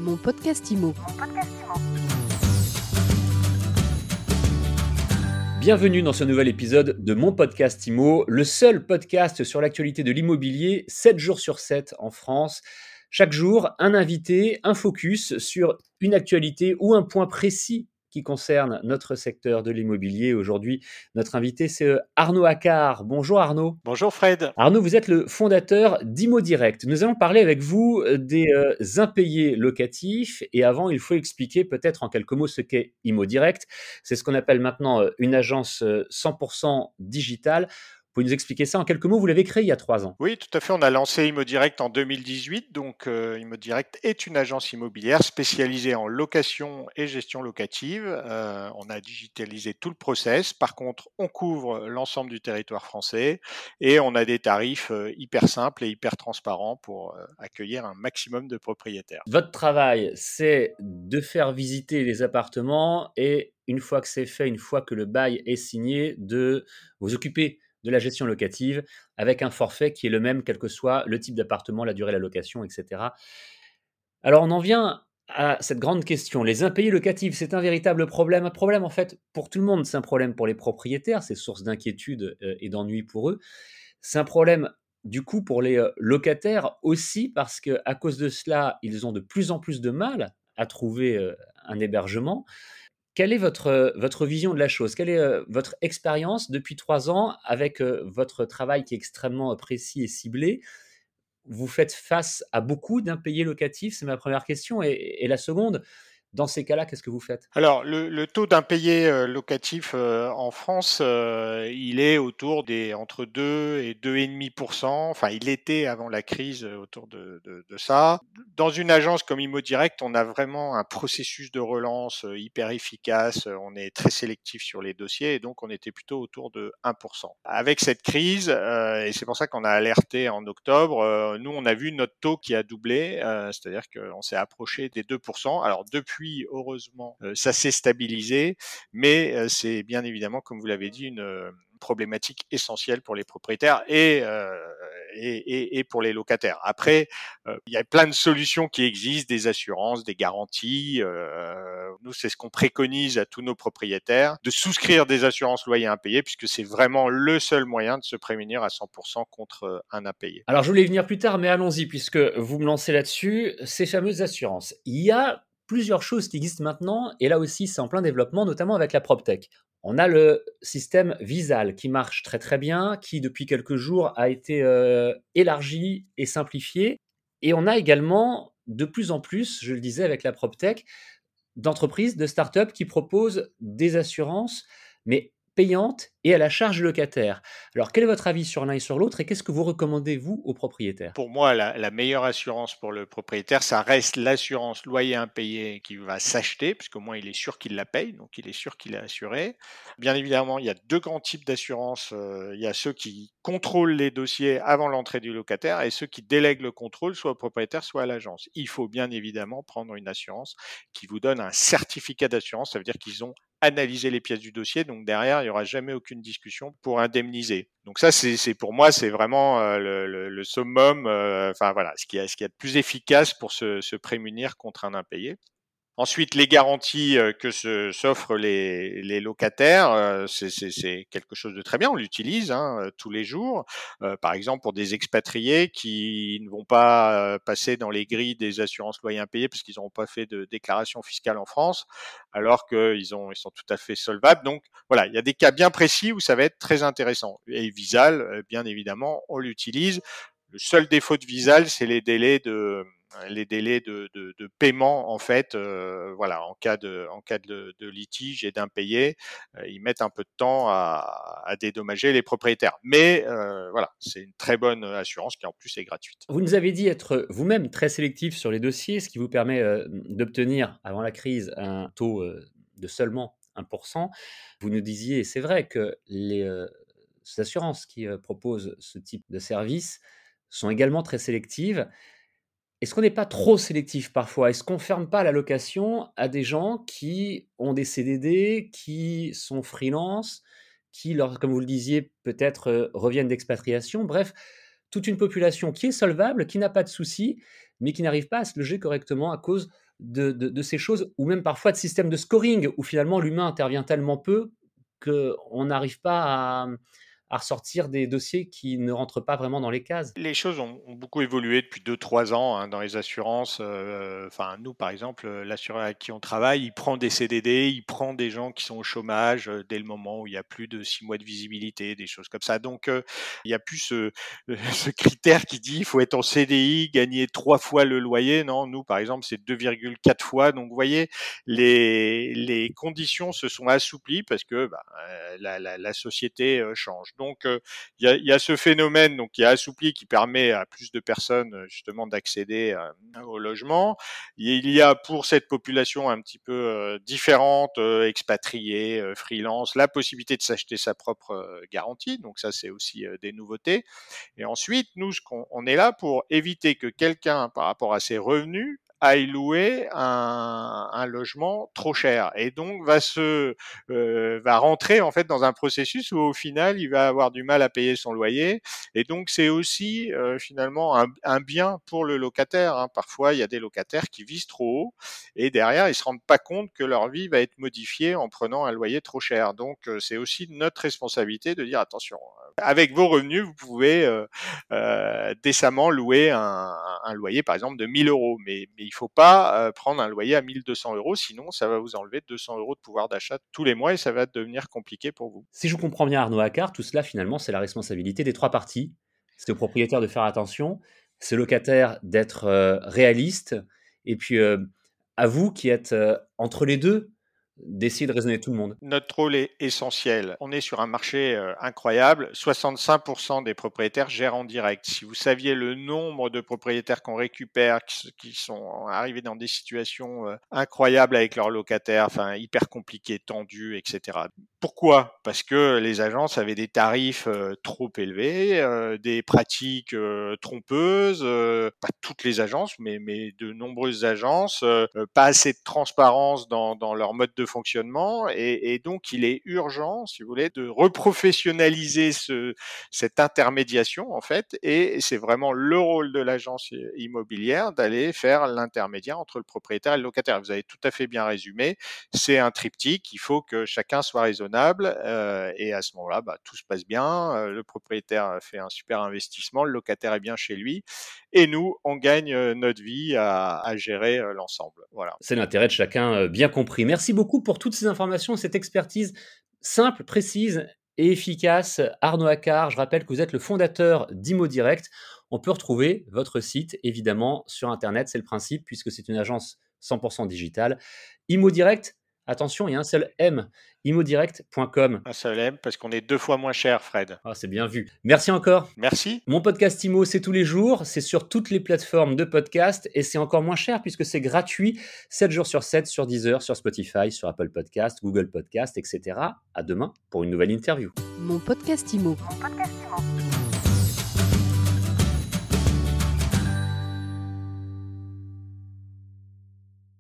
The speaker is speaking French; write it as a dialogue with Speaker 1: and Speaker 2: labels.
Speaker 1: Mon podcast IMO.
Speaker 2: Bienvenue dans ce nouvel épisode de Mon podcast IMO, le seul podcast sur l'actualité de l'immobilier, 7 jours sur 7 en France. Chaque jour, un invité, un focus sur une actualité ou un point précis qui concerne notre secteur de l'immobilier. Aujourd'hui, notre invité, c'est Arnaud Accard. Bonjour Arnaud.
Speaker 3: Bonjour Fred.
Speaker 2: Arnaud, vous êtes le fondateur d'ImmoDirect. Nous allons parler avec vous des impayés locatifs. Et avant, il faut expliquer peut-être en quelques mots ce qu'est ImmoDirect. C'est ce qu'on appelle maintenant une agence 100% digitale. Vous pouvez nous expliquer ça en quelques mots? Vous l'avez créé il y a 3 ans.
Speaker 3: Oui, tout à fait. On a lancé ImmoDirect en 2018. Donc, ImmoDirect est une agence immobilière spécialisée en location et gestion locative. On a digitalisé tout le process. Par contre, on couvre l'ensemble du territoire français et on a des tarifs hyper simples et hyper transparents pour accueillir un maximum de propriétaires.
Speaker 2: Votre travail, c'est de faire visiter les appartements et une fois que c'est fait, une fois que le bail est signé, de vous occuper de la gestion locative avec un forfait qui est le même, quel que soit le type d'appartement, la durée de la location, etc. Alors, on en vient à cette grande question. Les impayés locatifs, c'est un véritable problème. Un problème, en fait, pour tout le monde. C'est un problème pour les propriétaires. C'est source d'inquiétude et d'ennui pour eux. C'est un problème, du coup, pour les locataires aussi, parce qu'à cause de cela, ils ont de plus en plus de mal à trouver un hébergement. Quelle est votre vision de la chose? Quelle est votre expérience depuis 3 ans avec votre travail qui est extrêmement précis et ciblé? Vous faites face à beaucoup d'impayés locatifs? C'est ma première question. Et la seconde, dans ces cas-là, qu'est-ce que vous faites?
Speaker 3: Alors, le taux d'impayé locatif en France, il est autour des entre 2 et 2,5%. Enfin, il était avant la crise autour de ça. Dans une agence comme ImmoDirect, on a vraiment un processus de relance hyper efficace. On est très sélectif sur les dossiers et donc on était plutôt autour de 1%. Avec cette crise, et c'est pour ça qu'on a alerté en octobre, nous, on a vu notre taux qui a doublé, c'est-à-dire qu'on s'est approché des 2%. Alors, depuis, heureusement, ça s'est stabilisé, mais c'est bien évidemment, comme vous l'avez dit, une problématique essentielle pour les propriétaires et pour les locataires. Après, il y a plein de solutions qui existent, des assurances, des garanties. Nous, c'est ce qu'on préconise à tous nos propriétaires, de souscrire des assurances loyers impayés, puisque c'est vraiment le seul moyen de se prémunir à 100% contre un impayé.
Speaker 2: Alors, je voulais y venir plus tard, mais allons-y, puisque vous me lancez là-dessus, ces fameuses assurances. Il y a plusieurs choses qui existent maintenant, et là aussi, c'est en plein développement, notamment avec la PropTech. On a le système Visal qui marche très très bien, qui depuis quelques jours a été élargi et simplifié. Et on a également de plus en plus, je le disais avec la PropTech, d'entreprises, de startups qui proposent des assurances, mais payantes et à la charge du locataire. Alors, quel est votre avis sur l'un et sur l'autre et qu'est-ce que vous recommandez, vous, aux propriétaires?
Speaker 3: Pour moi, la meilleure assurance pour le propriétaire, ça reste l'assurance loyer impayé qui va s'acheter, puisqu'au moins il est sûr qu'il la paye, donc il est sûr qu'il est assuré. Bien évidemment, il y a deux grands types d'assurances. Il y a ceux qui contrôlent les dossiers avant l'entrée du locataire et ceux qui délèguent le contrôle soit au propriétaire, soit à l'agence. Il faut bien évidemment prendre une assurance qui vous donne un certificat d'assurance, ça veut dire qu'ils ont analyser les pièces du dossier. Donc derrière, il n'y aura jamais aucune discussion pour indemniser. Donc ça, c'est pour moi, c'est vraiment le summum. Enfin voilà, ce qu'il y a de plus efficace pour se prémunir contre un impayé. Ensuite, les garanties que s'offrent les locataires, c'est quelque chose de très bien. On l'utilise tous les jours. Par exemple, pour des expatriés qui ne vont pas passer dans les grilles des assurances loyers impayés parce qu'ils n'auront pas fait de déclaration fiscale en France, alors qu'ils sont tout à fait solvables. Donc voilà, il y a des cas bien précis où ça va être très intéressant. Et Visal, bien évidemment, on l'utilise. Le seul défaut de Visal, c'est les délais de paiement en fait, voilà, en cas de litige et d'impayé, ils mettent un peu de temps à dédommager les propriétaires. Mais voilà, c'est une très bonne assurance qui en plus est gratuite.
Speaker 2: Vous nous avez dit être vous-même très sélectif sur les dossiers, ce qui vous permet d'obtenir, avant la crise, un taux de seulement 1%. Vous nous disiez, et c'est vrai, que les assurances qui proposent ce type de service sont également très sélectives. Est-ce qu'on n'est pas trop sélectif parfois? Est-ce qu'on ne ferme pas la location à des gens qui ont des CDD, qui sont freelance, qui, comme vous le disiez, peut-être reviennent d'expatriation? Bref, toute une population qui est solvable, qui n'a pas de soucis, mais qui n'arrive pas à se loger correctement à cause de ces choses ou même parfois de systèmes de scoring où finalement l'humain intervient tellement peu qu'on n'arrive pas à ressortir des dossiers qui ne rentrent pas vraiment dans les cases?
Speaker 3: Les choses ont beaucoup évolué depuis 2-3 ans, hein, dans les assurances. Enfin, nous, par exemple, l'assureur avec qui on travaille, il prend des CDD, il prend des gens qui sont au chômage dès le moment où il y a plus de 6 mois de visibilité, des choses comme ça. Donc, il n'y a plus ce critère qui dit il faut être en CDI, gagner 3 fois le loyer. Non, nous, par exemple, c'est 2,4 fois. Donc, vous voyez, les conditions se sont assouplies parce que la société change. Donc, il y a ce phénomène donc qui est assoupli, qui permet à plus de personnes justement d'accéder au logement. Il y a pour cette population un petit peu différente, expatriés, freelance, la possibilité de s'acheter sa propre garantie. Donc ça, c'est aussi des nouveautés. Et ensuite, nous, on est là pour éviter que quelqu'un, par rapport à ses revenus, aille louer un logement trop cher et donc va rentrer en fait dans un processus où au final il va avoir du mal à payer son loyer et donc c'est aussi finalement un bien pour le locataire, hein. Parfois il y a des locataires qui visent trop haut et derrière ils se rendent pas compte que leur vie va être modifiée en prenant un loyer trop cher. Donc c'est aussi notre responsabilité de dire attention, avec vos revenus vous pouvez décemment louer un loyer par exemple de 1 000 €. Mais il ne faut pas prendre un loyer à 1 200 €, sinon ça va vous enlever 200 € de pouvoir d'achat tous les mois et ça va devenir compliqué pour vous.
Speaker 2: Si je vous comprends bien Arnaud Accard, tout cela finalement c'est la responsabilité des 3 parties. C'est au propriétaire de faire attention, c'est au locataire d'être, réaliste et puis, à vous qui êtes, entre les 2, d'essayer de raisonner tout le monde.
Speaker 3: Notre rôle est essentiel. On est sur un marché incroyable. 65% des propriétaires gèrent en direct. Si vous saviez le nombre de propriétaires qu'on récupère, qui sont arrivés dans des situations incroyables avec leurs locataires, enfin hyper compliquées, tendues, etc. Pourquoi? Parce que les agences avaient des tarifs trop élevés, des pratiques trompeuses, pas toutes les agences, mais de nombreuses agences, pas assez de transparence dans leur mode de fonctionnement et donc il est urgent, si vous voulez, de reprofessionnaliser cette intermédiation en fait et c'est vraiment le rôle de l'agence immobilière d'aller faire l'intermédiaire entre le propriétaire et le locataire. Vous avez tout à fait bien résumé, c'est un triptyque, il faut que chacun soit raisonnable et à ce moment-là, tout se passe bien, le propriétaire fait un super investissement, le locataire est bien chez lui et nous, on gagne notre vie à gérer l'ensemble. Voilà.
Speaker 2: C'est l'intérêt de chacun, bien compris. Merci beaucoup pour toutes ces informations et cette expertise simple, précise et efficace. Arnaud Accard, je rappelle que vous êtes le fondateur d'ImmoDirect. On peut retrouver votre site évidemment sur internet, c'est le principe puisque c'est une agence 100 digitale. ImmoDirect, attention, il y a un seul M, immodirect.com.
Speaker 3: Un seul M parce qu'on est 2 fois moins cher, Fred.
Speaker 2: Ah, c'est bien vu. Merci encore.
Speaker 3: Merci.
Speaker 2: Mon podcast Imo, c'est tous les jours, c'est sur toutes les plateformes de podcast et c'est encore moins cher puisque c'est gratuit 7 jours sur 7 sur Deezer, sur Spotify, sur Apple Podcast, Google Podcast, etc. À demain pour une nouvelle interview.
Speaker 1: Mon podcast Imo.